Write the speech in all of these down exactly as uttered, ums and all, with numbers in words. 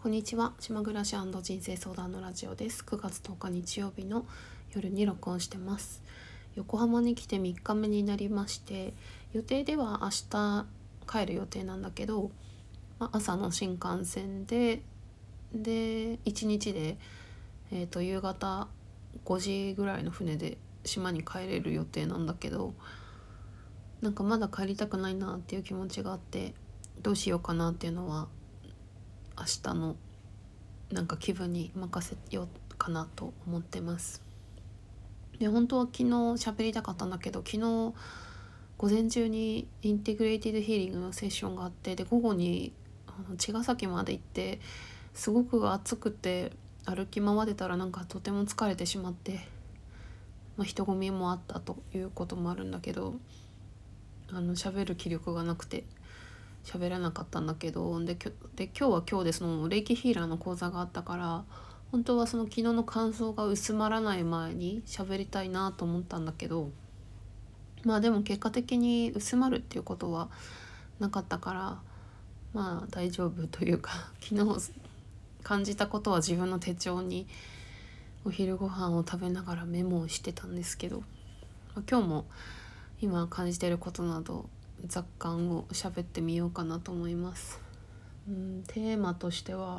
こんにちは。島暮らし人生相談のラジオです。くがつとおか日曜日の夜に録音してます。横浜に来てみっかめになりまして、予定では明日帰る予定なんだけど、まあ、朝の新幹線ででいちにちで、えーと、夕方ごじぐらいの船で島に帰れる予定なんだけど、なんかまだ帰りたくないなっていう気持ちがあって、どうしようかなっていうのは明日のなんか気分に任せようかなと思ってます。で本当は昨日喋りたかったんだけど、昨日午前中にインテグレーティドヒーリングのセッションがあって、で午後にあの茅ヶ崎まで行って、すごく暑くて歩き回ってたらなんかとても疲れてしまって、まあ、人混みもあったということもあるんだけど、あの喋る気力がなくて喋らなかったんだけど、できょで今日は今日でそのレイキヒーラーの講座があったから、本当はその昨日の感想が薄まらない前に喋りたいなと思ったんだけど、まあでも結果的に薄まるっていうことはなかったから、まあ大丈夫というか、昨日感じたことは自分の手帳にお昼ご飯を食べながらメモをしてたんですけど、まあ、今日も今感じていることなど雑感を喋ってみようかなと思います。うん、テーマとしては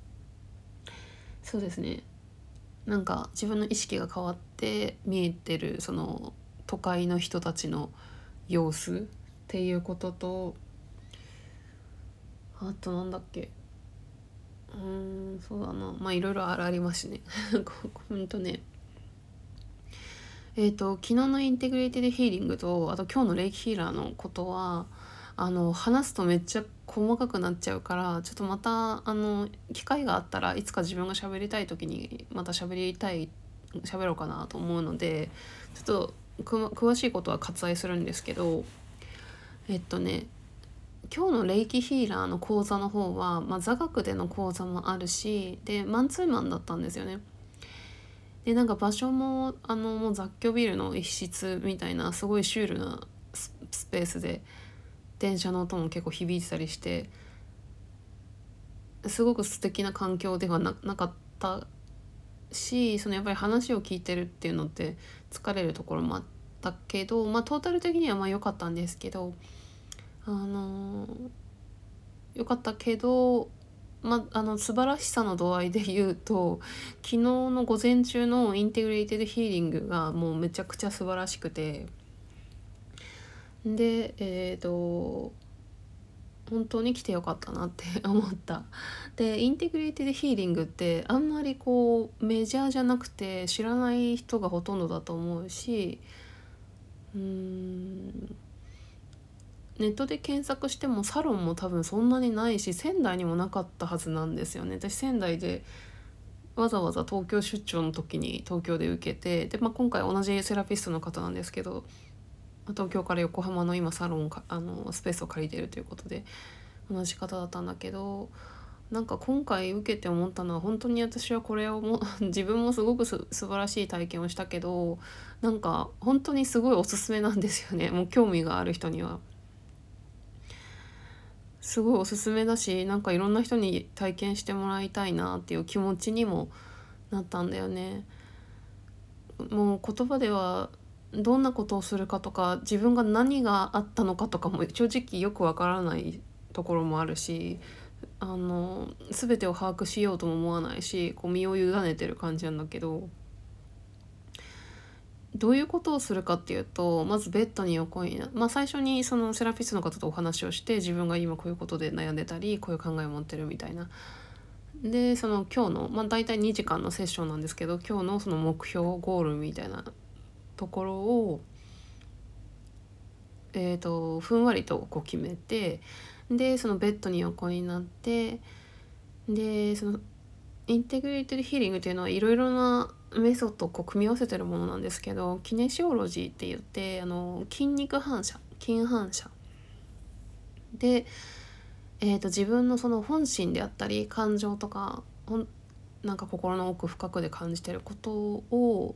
そうですね、なんか自分の意識が変わって見えてるその都会の人たちの様子っていうことと、あとなんだっけ、うーんそうだな、まあいろいろありますねほんとね、えーと昨日のインテグレーティドヒーリングと、あと今日のレイキヒーラーのことはあの話すとめっちゃ細かくなっちゃうから、ちょっとまたあの機会があったらいつか自分が喋りたい時にまた喋りたい喋ろうかなと思うので、ちょっと詳しいことは割愛するんですけど、えっとね今日のレイキヒーラーの講座の方は、まあ、座学での講座もあるし、でマンツーマンだったんですよね。でなんか場所もあのもう雑居ビルの一室みたいなすごいシュールなスペースで、電車の音も結構響いてたりして、すごく素敵な環境では な, なかったし、そのやっぱり話を聞いてるっていうのって疲れるところもあったけど、まあトータル的にはまあ良かったんですけど、あの良かったけど、まあ、あの素晴らしさの度合いで言うと、昨日の午前中のインテグレーティドヒーリングがもうめちゃくちゃ素晴らしくて、でえっ、ー、と本当に来てよかったなって思った。でインテグレーティドヒーリングってあんまりこうメジャーじゃなくて知らない人がほとんどだと思うし、うーんネットで検索してもサロンも多分そんなにないし、仙台にもなかったはずなんですよね。私仙台でわざわざ東京出張の時に東京で受けて、で、まあ、今回同じセラピストの方なんですけど、東京から横浜の今サロンかあのスペースを借りているということで同じ方だったんだけど、なんか今回受けて思ったのは、本当に私はこれをも自分もすごくす素晴らしい体験をしたけど、なんか本当にすごいおすすめなんですよね。もう興味がある人にはすごいおすすめだし、なんかいろんな人に体験してもらいたいなっていう気持ちにもなったんだよね。もう言葉ではどんなことをするかとか、自分が何があったのかとかも正直よくわからないところもあるし、あの全てを把握しようとも思わないし、こう身を委ねてる感じなんだけど、どういうことをするかっていうと、まずベッドに横にな、まあ、最初にそのセラピストの方とお話をして、自分が今こういうことで悩んでたりこういう考えを持ってるみたいな。でその今日の、まあ、大体にじかんのセッションなんですけど、今日のその目標ゴールみたいなところを、えー、とふんわりとこう決めて、でそのベッドに横になって、でそのインテグレーティドヒーリングっていうのはいろいろなメソッドをこう組み合わせてるものなんですけど、キネシオロジーって言って、あの筋肉反射筋反射で、えー、と自分のその本心であったり感情とか、ほんなんか心の奥深くで感じてることを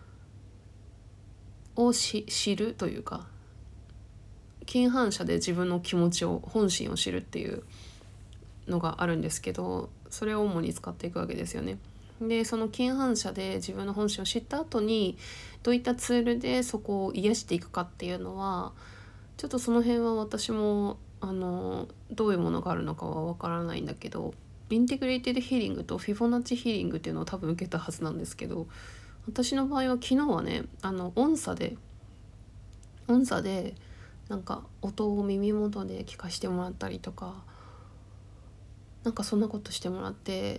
をし知るというか、筋反射で自分の気持ちを本心を知るっていうのがあるんですけど、それを主に使っていくわけですよね。でその近反射で自分の本心を知った後にどういったツールでそこを癒していくかっていうのはちょっとその辺は私もあのどういうものがあるのかはわからないんだけど、インテグレーティドヒーリングとフィボナッチヒーリングっていうのを多分受けたはずなんですけど、私の場合は昨日はねあの音差で音差でなんか音を耳元で聞かせてもらったりとか、なんかそんなことしてもらって、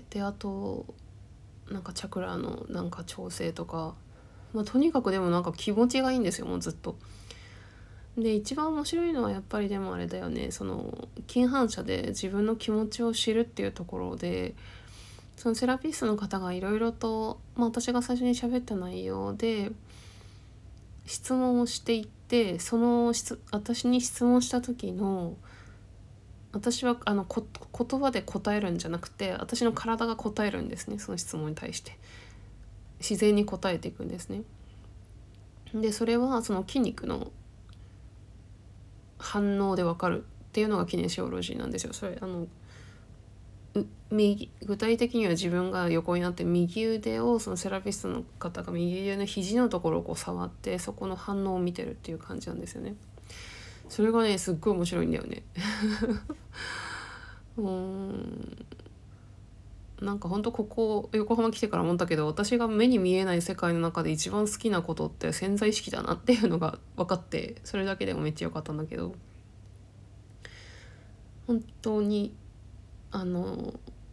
であとなんかチャクラのなんか調整とか、まあ、とにかくでもなんか気持ちがいいんですよ、もうずっと。で一番面白いのはやっぱりでもあれだよね、その近反射で自分の気持ちを知るっていうところで、そのセラピストの方がいろいろと、まあ、私が最初に喋った内容で質問をしていって、その私に質問した時の私はあのこ言葉で答えるんじゃなくて、私の体が答えるんですね、その質問に対して自然に答えていくんですね。でそれはその筋肉の反応で分かるっていうのがキネシオロジーなんですよ。それあの右具体的には自分が横になって右腕をそのセラピストの方が右腕の肘のところをこう触ってそこの反応を見てるっていう感じなんですよね。それがねすっごい面白いんだよねうーんなんかほんとここ横浜来てから思ったけど、私が目に見えない世界の中で一番好きなことって潜在意識だなっていうのが分かって、それだけでもめっちゃ良かったんだけど、本当にあの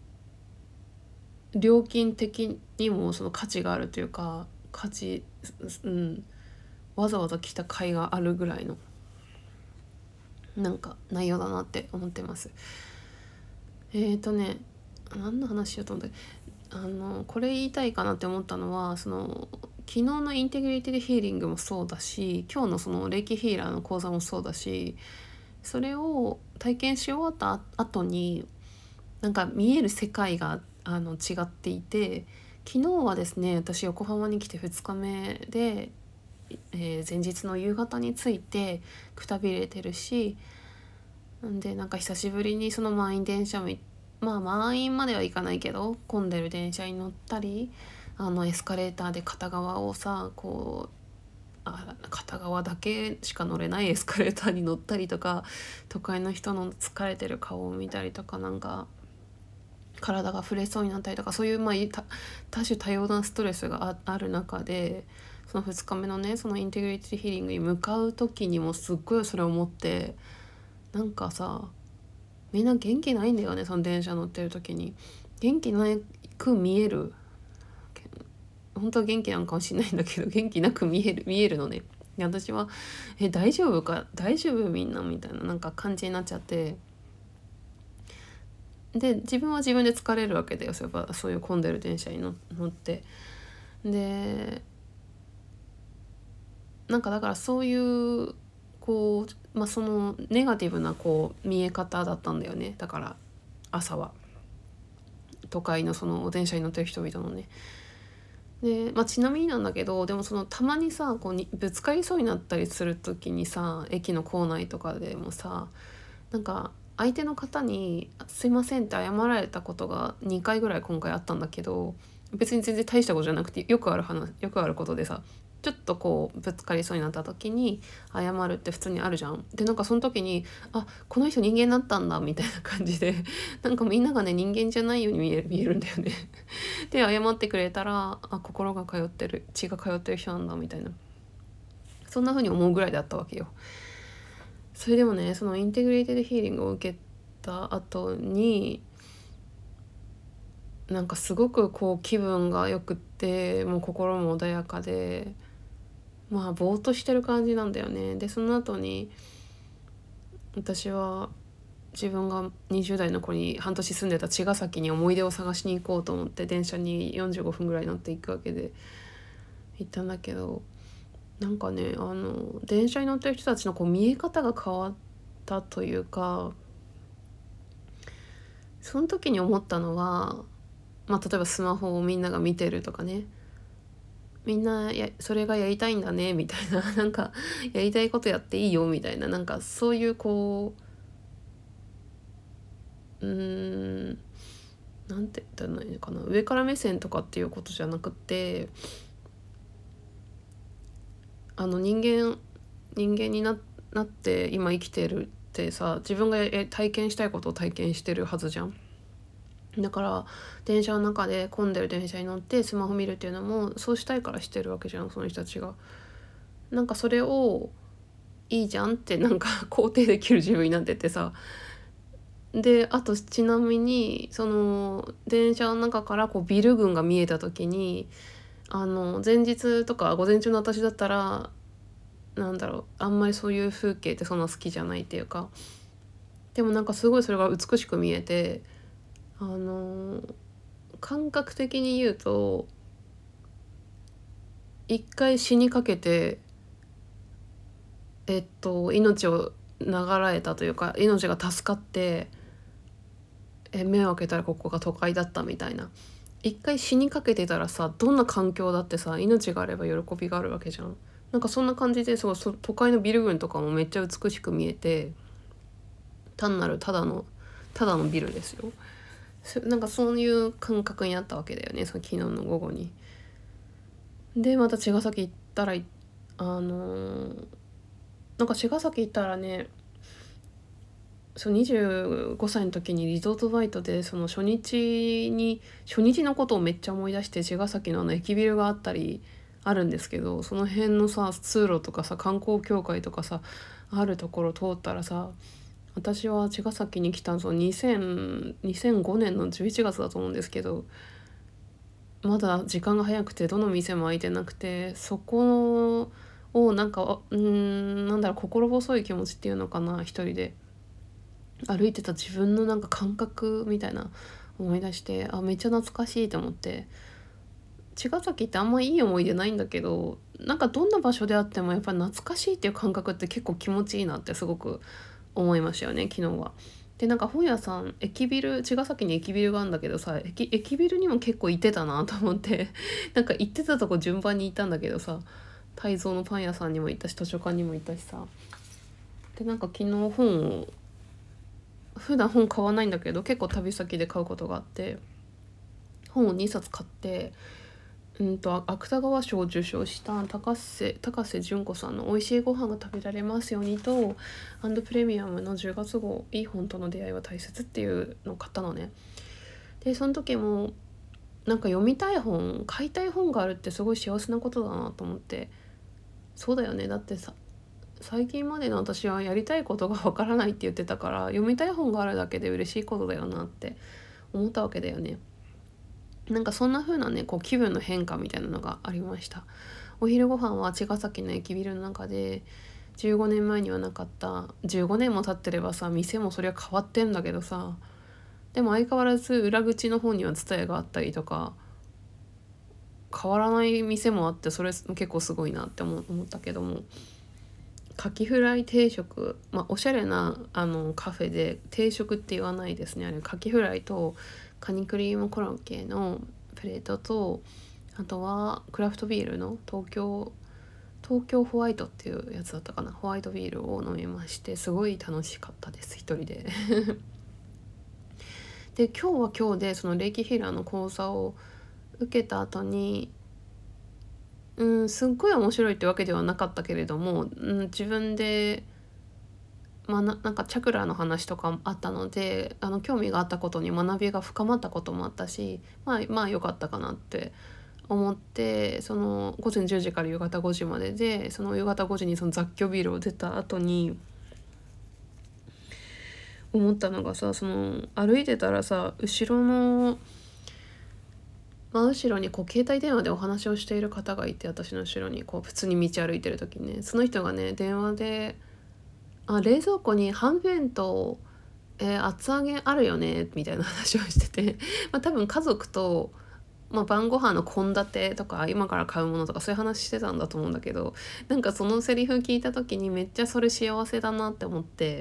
料金的にもその価値があるというか、価値、うん、わざわざ来た甲斐があるぐらいのなんか内容だなって思ってます。えーとね何の話しようと思った、あのこれ言いたいかなって思ったのは、その昨日のインテグリティヒーリングもそうだし、今日のその霊気ヒーラーの講座もそうだし、それを体験し終わった後になんか見える世界があの違っていて、昨日はですね私横浜に来てふつかめで、えー前日の夕方に着いてくたびれてるし、でなんか久しぶりにその満員電車もまあ満員まではいかないけど混んでる電車に乗ったり、あのエスカレーターで片側をさこうあ片側だけしか乗れないエスカレーターに乗ったりとか、都会の人の疲れてる顔を見たりとか、なんか体が触れそうになったりとか、そういうまあ多種多様なストレスが あ, ある中で、そのふつかめのねそのインテグリティヒーリングに向かう時にもすっごいそれを思って、なんかさみんな元気ないんだよね、その電車乗ってる時に元気なく見える、本当は元気なんかもしれないんだけど元気なく見える見えるのね。で私はえ大丈夫か大丈夫みんなみたいななんか感じになっちゃって、で自分は自分で疲れるわけだよ、そういえばそういう混んでる電車に乗って。でなんかだからそういうこう、まあ、そのネガティブなこう見え方だったんだよね。だから朝は都会のそのお電車に乗ってる人々のね。で、まあ、ちなみになんだけど、でもそのたまにさこうにぶつかりそうになったりする時にさ、駅の構内とかでもさ、なんか相手の方にすいませんって謝られたことがにかいぐらい今回あったんだけど、別に全然大したことじゃなくてよくある話よくあることでさ、ちょっとこうぶつかりそうになった時に謝るって普通にあるじゃん。でなんかその時にあこの人人間だったんだみたいな感じでなんかみんながね人間じゃないように見える見えるんだよねで謝ってくれたらあ心が通ってる血が通ってる人なんだみたいな、そんな風に思うぐらいだったわけよ。それでもねそのインテグレーテッドヒーリングを受けた後になんかすごくこう気分がよくって、もう心も穏やかで、まあぼーっとしてる感じなんだよね。でその後に私は自分がにじゅう代の子に半年住んでた茅ヶ崎に思い出を探しに行こうと思って電車によんじゅうごふんぐらい乗っていくわけで行ったんだけど、なんかねあの電車に乗ってる人たちのこう見え方が変わったというか、その時に思ったのは、まあ、例えばスマホをみんなが見てるとかね、みんなやそれがやりたいんだねみたいななんかやりたいことやっていいよみたいな、なんかそういうこうーんなんて言ったらいいのかな、上から目線とかっていうことじゃなくて、あの人間人間に な, なって今生きてるってさ、自分が体験したいことを体験してるはずじゃん。だから電車の中で混んでる電車に乗ってスマホ見るっていうのもそうしたいからしてるわけじゃん、その人たちが。なんかそれをいいじゃんってなんか肯定できる自分になっててさ。であとちなみにその電車の中からこうビル群が見えた時に、あの前日とか午前中の私だったらなんだろう、あんまりそういう風景ってそんな好きじゃないっていうか、でもなんかすごいそれが美しく見えて、あの感覚的に言うと一回死にかけてえっと命を流らえたというか、命が助かってえ目を開けたらここが都会だったみたいな、一回死にかけてたらさ、どんな環境だってさ命があれば喜びがあるわけじゃん。なんかそんな感じで、そうそ都会のビル群とかもめっちゃ美しく見えて、単なるただのただのビルですよ。なんかそういう感覚になったわけだよね、その昨日の午後に。でまた茅ヶ崎行ったらあのー、なんか茅ヶ崎行ったらね、そうにじゅうごさいの時にリゾートバイトでその初日に初日のことをめっちゃ思い出して、茅ヶ崎のあの駅ビルがあったりあるんですけど、その辺のさ通路とかさ観光協会とかさあるところ通ったらさ、私は茅ヶ崎に来たのにせん にせんごねんのじゅういちがつだと思うんですけど、まだ時間が早くてどの店も開いてなくて、そこをなんかうーんなんだろう、心細い気持ちっていうのかな、一人で歩いてた自分のなんか感覚みたいな思い出して、あめっちゃ懐かしいと思って。茅ヶ崎ってあんまいい思い出ないんだけど、なんかどんな場所であってもやっぱり懐かしいっていう感覚って結構気持ちいいなってすごく思いましたよね、昨日は。でなんか本屋さん、駅ビル、茅ヶ崎に駅ビルがあるんだけどさ、駅駅ビルにも結構行ってたなと思ってなんか行ってたとこ順番に行ったんだけどさ、泰造のパン屋さんにも行ったし図書館にも行ったしさ、でなんか昨日本を普段本買わないんだけど結構旅先で買うことがあって、本をにさつ買って、うんと芥川賞を受賞した高瀬高瀬純子さんの「美味しいご飯が食べられますように」とアンドプレミアムのじゅうがつ号「いい本との出会いは大切」っていうのを買ったのね。でその時もなんか読みたい本、買いたい本があるってすごい幸せなことだなと思って。そうだよね、だってさ最近までの私はやりたいことがわからないって言ってたから、読みたい本があるだけで嬉しいことだよなって思ったわけだよね。なんかそんな風なねこう気分の変化みたいなのがありました。お昼ご飯は茅ヶ崎の駅ビルの中で、じゅうごねんまえにはなかった、じゅうごねんも経ってればさ店もそれは変わってんだけどさ、でも相変わらず裏口の方にはTSUTAYAがあったりとか、変わらない店もあって、それ結構すごいなって思ったけども、カキフライ定食、まあおしゃれなあのカフェで定食って言わないですね、あれカキフライとカニクリームコロッケのプレートと、あとはクラフトビールの東京東京ホワイトっていうやつだったかな、ホワイトビールを飲みまして、すごい楽しかったです、一人でで今日は今日でそのレイキヒーラーの講座を受けた後に、うんすっごい面白いってわけではなかったけれども、うん、自分でまあ、な, なんかチャクラの話とかもあったので、あの興味があったことに学びが深まったこともあったし、まあまあ良かったかなって思って、その午前じゅうじから夕方ごじまでで、その夕方ごじにその雑居ビルを出た後に思ったのがさ、その歩いてたらさ後ろの真後ろにこう携帯電話でお話をしている方がいて、私の後ろにこう普通に道歩いてる時にね、その人がね電話であ冷蔵庫にはんぺんと、えー、厚揚げあるよねみたいな話をしててまあ多分家族と、まあ、晩ご飯の献立とか今から買うものとかそういう話してたんだと思うんだけど、なんかそのセリフ聞いた時にめっちゃそれ幸せだなって思って、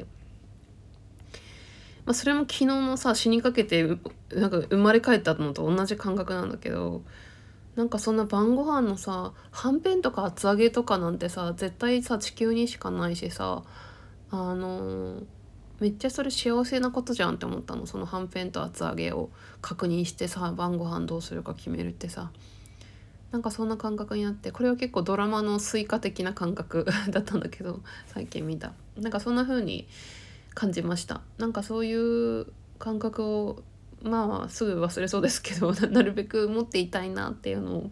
まあ、それも昨日のさ死にかけてなんか生まれ変えたのと同じ感覚なんだけど、なんかそんな晩ご飯のさはんぺんとか厚揚げとかなんてさ絶対さ地球にしかないしさ、あのーめっちゃそれ幸せなことじゃんって思ったの。そのはんぺんと厚揚げを確認してさ、晩ご飯どうするか決めるってさ、なんかそんな感覚になって、これは結構ドラマのスイカ的な感覚だったんだけど、最近見た、なんかそんな風に感じました。なんかそういう感覚をまあすぐ忘れそうですけどなるべく持っていたいなっていうのを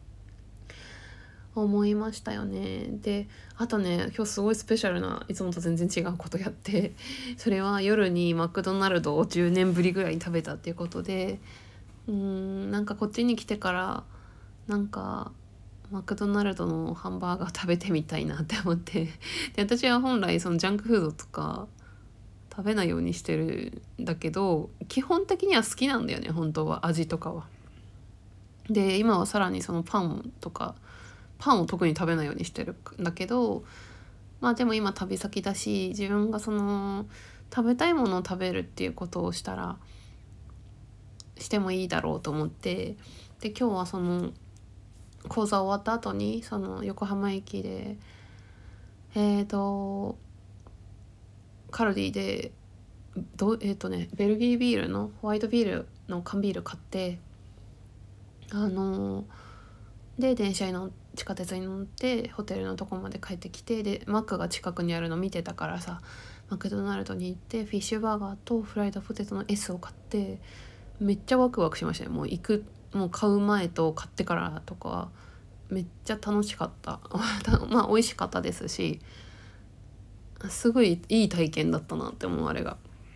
思いましたよね。で、あとね、今日すごいスペシャルないつもと全然違うことやって、それは夜にマクドナルドをじゅうねんぶりぐらいに食べたっていうことで、うーんなんかこっちに来てからなんかマクドナルドのハンバーガー食べてみたいなって思ってで、私は本来そのジャンクフードとか食べないようにしてるんだけど、基本的には好きなんだよね、本当は味とかは。で、今はさらにそのパンとかパンを特に食べないようにしてるんだけど、まあでも今旅先だし、自分がその食べたいものを食べるっていうことをしたらしてもいいだろうと思って、で今日はその講座終わった後にその横浜駅でえーとカルディでどえーとねベルギービールのホワイトビールの缶ビール買って、あので電車に乗地下鉄に乗ってホテルのとこまで帰ってきて、でマックが近くにあるの見てたからさ、マクドナルドに行ってフィッシュバーガーとフライドポテトの S を買って、めっちゃワクワクしましたね。もう行くもう買う前と買ってからとかめっちゃ楽しかったまあ美味しかったですし、すごいいい体験だったなって思う、あれが。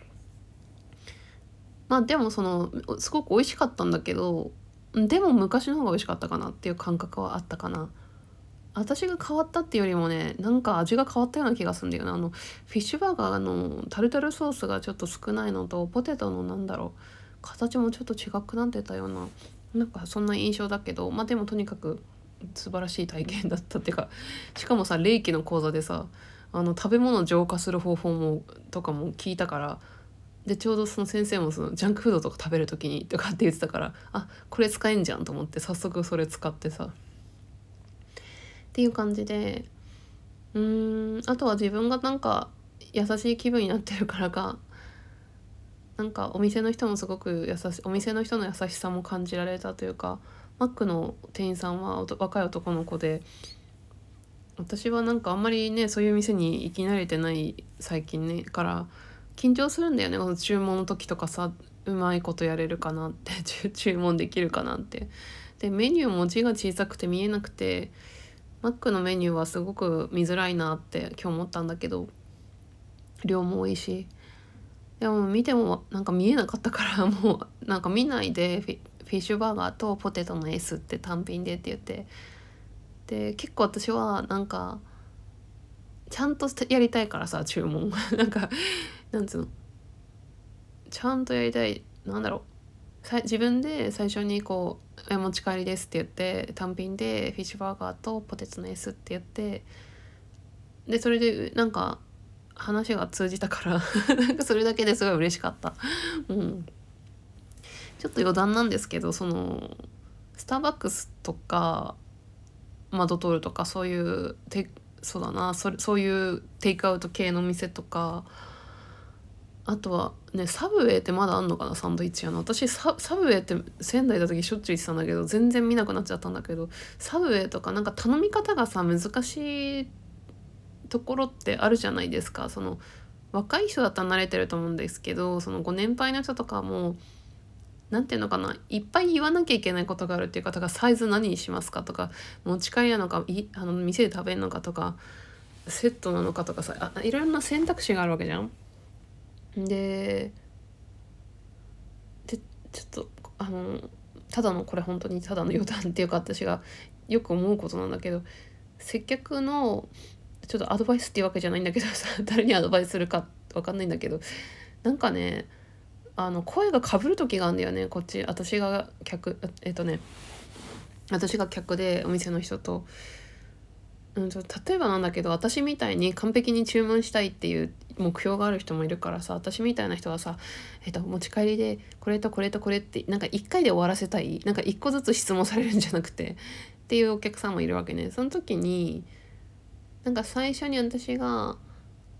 まあでもそのすごく美味しかったんだけど、でも昔の方が美味しかったかなっていう感覚はあったかな。私が変わったっていうよりもね、なんか味が変わったような気がするんだよな。あのフィッシュバーガーのタルタルソースがちょっと少ないのと、ポテトのなんだろう形もちょっと違くなってたような、なんかそんな印象だけど、まあでもとにかく素晴らしい体験だったっていうか、しかもさ霊気の講座でさ、あの食べ物を浄化する方法もとかも聞いたから、でちょうどその先生もそのジャンクフードとか食べる時にとかって言ってたから、あこれ使えんじゃんと思って早速それ使ってさっていう感じで、うーんあとは自分がなんか優しい気分になってるからか、なんかお店の人もすごく優しい、お店の人の優しさも感じられたというか、マックの店員さんは若い男の子で、私はなんかあんまりねそういう店に行き慣れてない最近ねから緊張するんだよね、この注文の時とかさ、うまいことやれるかなって注文できるかなって。でメニューも字が小さくて見えなくて、マックのメニューはすごく見づらいなって今日思ったんだけど、量も多いし、でも見てもなんか見えなかったからもうなんか見ないでフィ、フィッシュバーガーとポテトの S って単品でって言って、で結構私はなんかちゃんとやりたいからさ、注文なんかなんつうの、ちゃんとやりたい、なんだろう、さ自分で最初にこうえ持ち帰りですって言って単品でフィッシュバーガーとポテトの S って言って、でそれでなんか話が通じたからなんかそれだけですごい嬉しかった。うん、ちょっと余談なんですけど、そのスターバックスとかマドトールとかそういうテそうだなそれそういうテイクアウト系の店とか、あとはねサブウェイってまだあんのかな、サンドイッチ屋の。私ササブウェイって仙台いた時しょっちゅう行ってたんだけど全然見なくなっちゃったんだけど、サブウェイとかなんか頼み方がさ難しいところってあるじゃないですか。その若い人だったら慣れてると思うんですけど、そのご年配の人とかもなんていうのかな、いっぱい言わなきゃいけないことがあるっていう方が、サイズ何にしますかとか、持ち帰りなのかいあの店で食べるのかとか、セットなのかとかさ、あいろんな選択肢があるわけじゃん。ででちょっとあのただのこれ本当にただの余談っていうか、私がよく思うことなんだけど、接客のちょっとアドバイスっていうわけじゃないんだけどさ誰にアドバイスするかわかんないんだけど、なんかねあの声が被る時があるんだよね。こっち私が客えっとね私が客でお店の人と、うんと、例えばなんだけど、私みたいに完璧に注文したいっていう目標がある人もいるからさ、私みたいな人はさ、えっと、持ち帰りでこれとこれとこれってなんか一回で終わらせたい、なんか一個ずつ質問されるんじゃなくてっていうお客さんもいるわけね。その時になんか最初に私が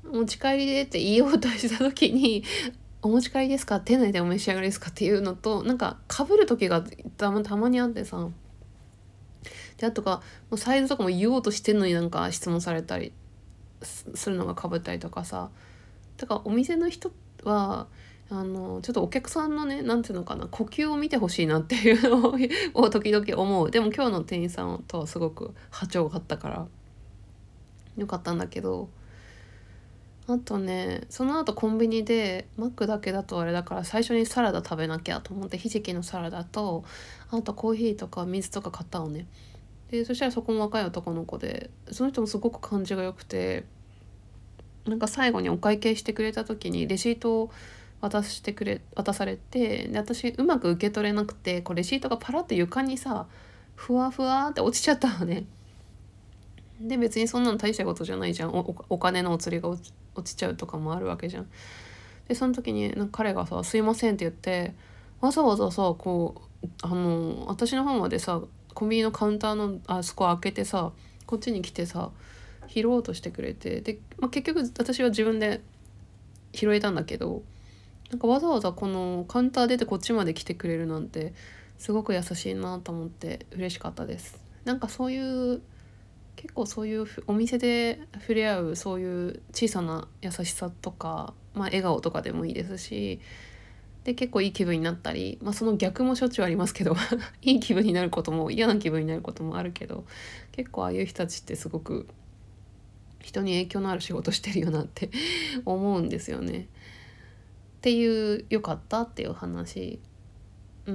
お持ち帰りでって言おうとした時にお持ち帰りですか、店内でお召し上がりですかっていうのとなんか被る時がたまたまにあってさ、であとかもうサイズとかも言おうとしてんのになんか質問されたりするのが被ったりとかさ、だからお店の人はあのちょっとお客さんのね、なんていうのかな、呼吸を見てほしいなっていうのを時々思う。でも今日の店員さんとはすごく波長があったからよかったんだけど、あとねその後コンビニでマックだけだとあれだから最初にサラダ食べなきゃと思ってひじきのサラダとあとコーヒーとか水とか買ったのね。でそしたらそこも若い男の子で、その人もすごく感じが良くて、なんか最後にお会計してくれた時にレシートを渡してくれ渡されて、で私うまく受け取れなくてこうレシートがパラッと床にさふわふわって落ちちゃったのね。で別にそんなの大したことじゃないじゃん、 お, お金のお釣りが落ち落ちちゃうとかもあるわけじゃん。でその時になんか彼がさ「すいません」って言ってわざわざさこうあの私の方までさコンビニのカウンターのあそこ開けてさこっちに来てさ拾おうとしてくれて、で、まあ、結局私は自分で拾えたんだけど、なんかわざわざこのカウンター出てこっちまで来てくれるなんてすごく優しいなと思って嬉しかったです。なんかそういう結構そういうお店で触れ合うそういう小さな優しさとか、まあ、笑顔とかでもいいですし、で結構いい気分になったり、まあ、その逆もしょっちゅうありますけどいい気分になることも嫌な気分になることもあるけど、結構ああいう人たちってすごく人に影響のある仕事してるよなって思うんですよね。っていう良かったっていう話。うん、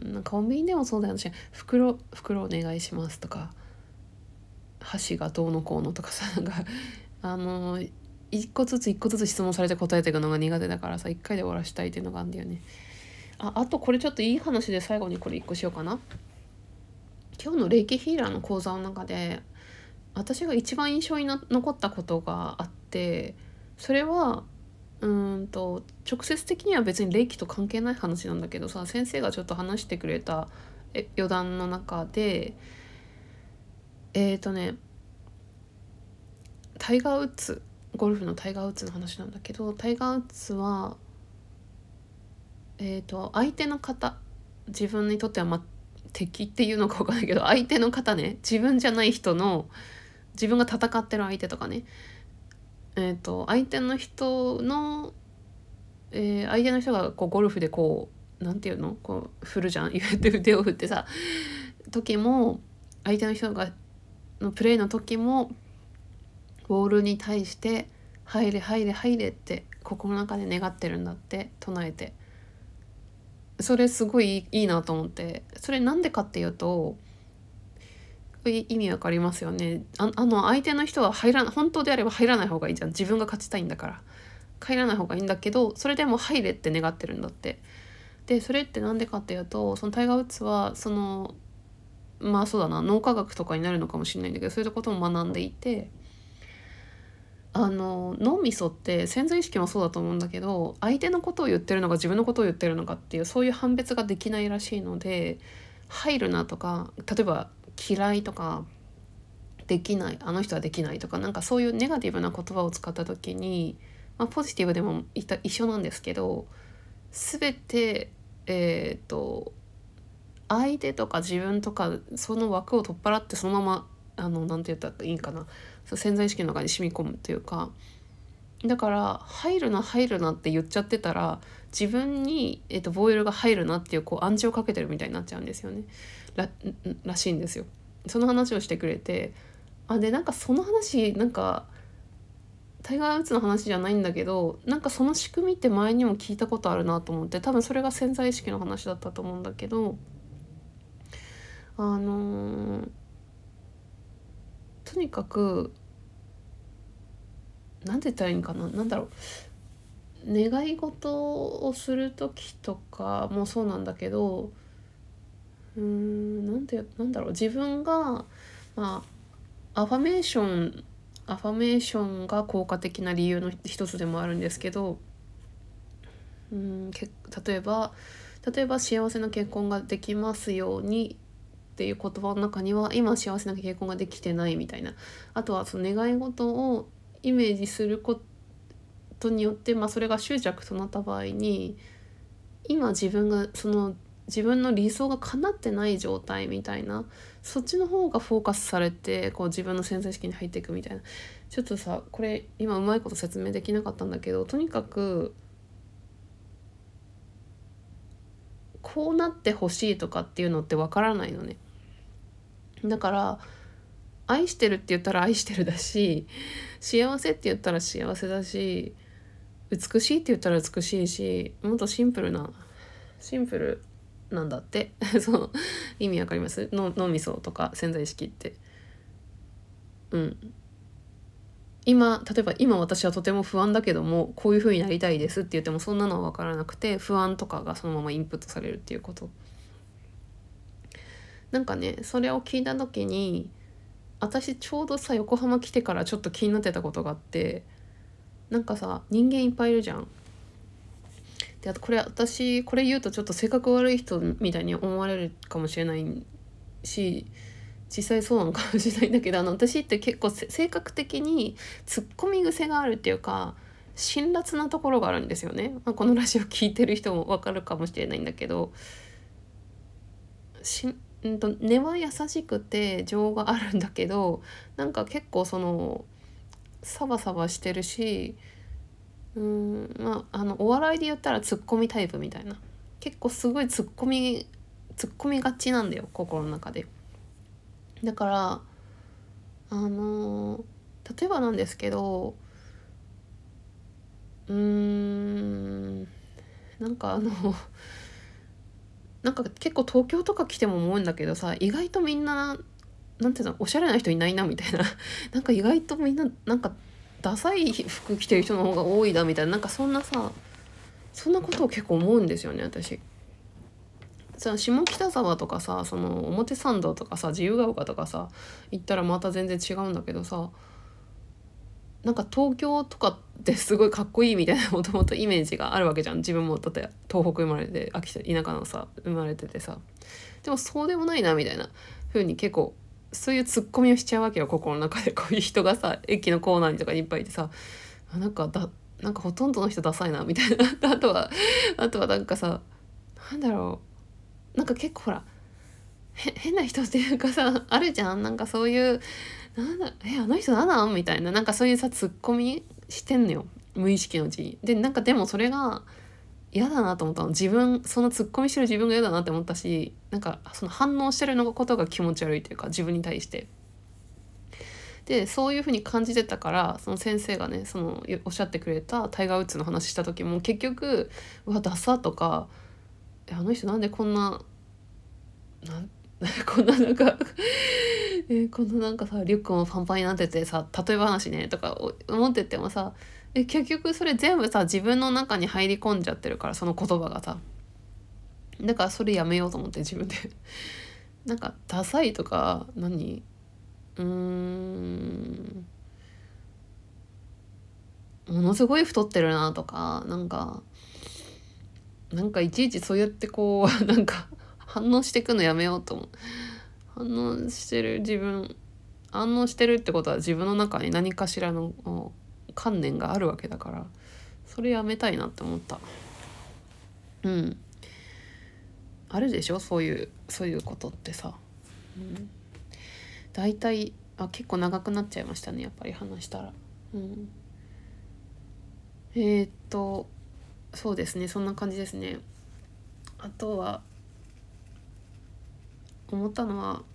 なんかコンビニでもそうだよね。袋袋お願いしますとか箸がどうのこうのとかさ、なんかあの一個ずつ一個ずつ質問されて答えていくのが苦手だからさ、一回で終わらしたいっていうのがあるんだよね。ああとこれちょっといい話で最後にこれ一個しようかな。今日のレイキヒーラーの講座の中で私が一番印象にな残ったことがあって、それはうーんと直接的には別に霊気と関係ない話なんだけどさ、先生がちょっと話してくれたえ余談の中でえっ、ー、とねタイガー・ウッズ、ゴルフのタイガー・ウッズの話なんだけど、タイガー・ウッズはえっ、ー、と相手の方、自分にとっては、ま、敵っていうのか分かんないけど相手の方ね、自分じゃない人の自分が戦ってる相手とかね、えー、と相手の人の、えー、相手の人がこうゴルフでこうなんていうのこう振るじゃん、言って腕を振ってさ時も、相手の人がのプレーの時もボールに対して入れ入れ入れって心の中で願ってるんだって唱えて、それすごいいいなと思って、それなんでかっていうと意味わかりますよね。ああの相手の人は入ら本当であれば入らない方がいいじゃん、自分が勝ちたいんだから入らない方がいいんだけど、それでも入れって願ってるんだって。でそれってなんでかっていうと、そのタイガー・ウッズはそのまあそうだな脳科学とかになるのかもしれないんだけど、そういうことも学んでいて、あの脳みそって潜在意識もそうだと思うんだけど、相手のことを言ってるのか自分のことを言ってるのかっていうそういう判別ができないらしいので、入るなとか例えば嫌いとかできない、あの人はできないとか、なんかそういうネガティブな言葉を使った時に、まあ、ポジティブでもいた一緒なんですけど、全てえっ、と相手とか自分とかその枠を取っ払ってそのままあのなんて言ったらいいんかな、そう潜在意識の中に染み込むというか、だから入るな入るなって言っちゃってたら自分に、えー、とボイルが入るなっていうこう暗示をかけてるみたいになっちゃうんですよね ら, らしいんですよ。その話をしてくれて、あでなんかその話なんかタイガー・ウッズの話じゃないんだけど、なんかその仕組みって前にも聞いたことあるなと思って、多分それが潜在意識の話だったと思うんだけど、あのー、とにかくなんて言ったらいいんかな、なんだろう、願い事をする時とかもそうなんだけど、うーんなんてなんだろう、自分がまあアファメーションアファメーションが効果的な理由の一つでもあるんですけど、うんけ例えば例えば幸せな結婚ができますようにっていう言葉の中には今幸せな結婚ができてないみたいな、あとはその願い事をイメージするこことによって、まあ、それが執着となった場合に今自分がその自分の理想が叶ってない状態みたいな、そっちの方がフォーカスされてこう自分の潜在意識に入っていくみたいな。ちょっとさこれ今うまいこと説明できなかったんだけど、とにかくこうなってほしいとかっていうのってわからないのね。だから愛してるって言ったら愛してるだし、幸せって言ったら幸せだし、美しいって言ったら美しいし、もっとシンプルなシンプルなんだってそう意味わかります？の脳みそとか潜在意識って、うん今例えば今私はとても不安だけどもこういう風になりたいですって言ってもそんなのは分からなくて、不安とかがそのままインプットされるっていうこと。なんかねそれを聞いた時に私ちょうどさ横浜来てからちょっと気になってたことがあって、なんかさ人間いっぱいいるじゃん。であとこれ私これ言うとちょっと性格悪い人みたいに思われるかもしれないし、実際そうなのかもしれないんだけど、あの私って結構性格的にツッコミ癖があるっていうか辛辣なところがあるんですよね。まあ、このラジオ聞いてる人も分かるかもしれないんだけど、しんと根は優しくて情があるんだけど、なんか結構そのサバサバしてるし、うーんまああのお笑いで言ったらツッコミタイプみたいな、結構すごいツッコミツッコミがちなんだよ心の中で。だからあの例えばなんですけど、うーんなんかあのなんか結構東京とか来ても思うんだけどさ、意外とみんななんていうのおしゃれな人いないなみたいななんか意外とみんななんかダサい服着てる人の方が多いなみたいな、なんかそんなさそんなことを結構思うんですよね私。さ下北沢とかさその表参道とかさ自由が丘とかさ行ったらまた全然違うんだけどさ、なんか東京とかってすごいかっこいいみたいなもともとイメージがあるわけじゃん。自分もだって東北生まれて秋田田舎のさ生まれててさ、でもそうでもないなみたいな風に結構そういうツッコミをしちゃうわけよ心の中で。こういう人がさ駅のコーナーにとかにいっぱいいてさ、なんかだなんかほとんどの人ダサいなみたいなあとはあとはなんかさなんだろう、なんか結構ほらへ変な人っていうかさあるじゃん、なんかそういうなんだえあの人なんなんみたいな、なんかそういうさツッコミしてんのよ無意識のうちに。でなんかでもそれが嫌だなと思ったの。自分そのツッコミしてる自分が嫌だなって思ったし、なんかその反応してるのことが気持ち悪いというか自分に対して。でそういう風に感じてたから、その先生がねそのおっしゃってくれたタイガー・ウッズの話した時も結局うわダサとかあの人なんでこんななんこんななんかえこんななんかさリュックもパンパンになっててさ例え話ねとか思っててもさ、え結局それ全部さ自分の中に入り込んじゃってるから、その言葉がさ、だからそれやめようと思って自分でなんかダサいとか何うーんものすごい太ってるなとか、なんかなんかいちいちそうやってこうなんか反応していくのやめようと思う。反応してる自分反応してるってことは自分の中に何かしらの観念があるわけだから、それやめたいなって思った。うんあるでしょそういうそういうことってさ、うん、だいたいあ結構長くなっちゃいましたねやっぱり話したら。うんえー、っとそうですねそんな感じですね。あとは思ったのは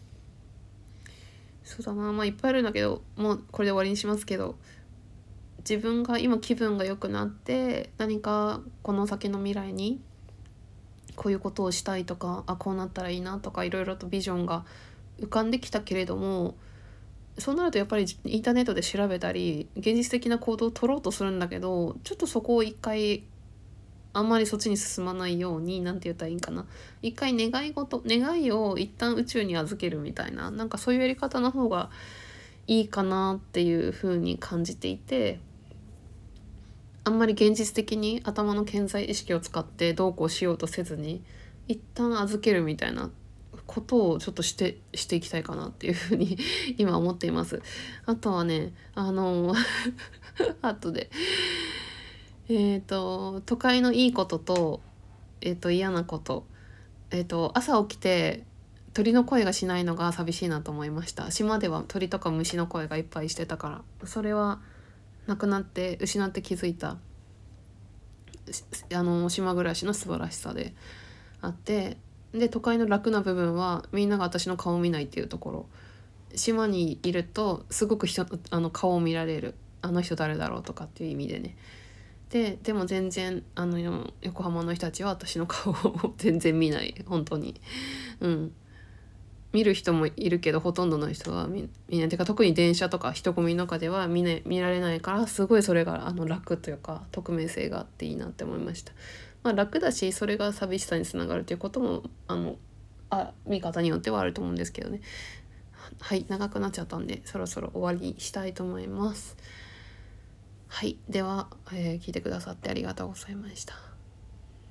そうだなまあいっぱいあるんだけどもうこれで終わりにしますけど、自分が今気分が良くなって何かこの先の未来にこういうことをしたいとかあこうなったらいいなとかいろいろとビジョンが浮かんできたけれども、そうなるとやっぱりインターネットで調べたり現実的な行動を取ろうとするんだけど、ちょっとそこを一回あんまりそっちに進まないようになんて言ったらいいんかな、一回願い事願いを一旦宇宙に預けるみたいな、なんかそういうやり方の方がいいかなっていう風に感じていて、あんまり現実的に頭の顕在意識を使ってどうこうしようとせずに一旦預けるみたいなことをちょっとしてしていきたいかなっていうふうに今思っています。あとはねあの後でえっと都会のいいことと、えっと嫌なこと、えっと朝起きて鳥の声がしないのが寂しいなと思いました。島では鳥とか虫の声がいっぱいしてたから、それはなくなって失って気づいたあの島暮らしの素晴らしさであって、で都会の楽な部分はみんなが私の顔を見ないっていうところ。島にいるとすごく人あの顔を見られる、あの人誰だろうとかっていう意味でね。ででも全然あの横浜の人たちは私の顔を全然見ない、本当に。うん見る人もいるけどほとんどの人は見見ないてか、特に電車とか人混みの中では見,、ね、見られないから、すごいそれがあの楽というか匿名性があっていいなって思いました。まあ楽だし、それが寂しさにつながるということもあのあ見方によってはあると思うんですけどね。はい、長くなっちゃったんでそろそろ終わりにしたいと思います。はい、では、えー聞いてくださってありがとうございました。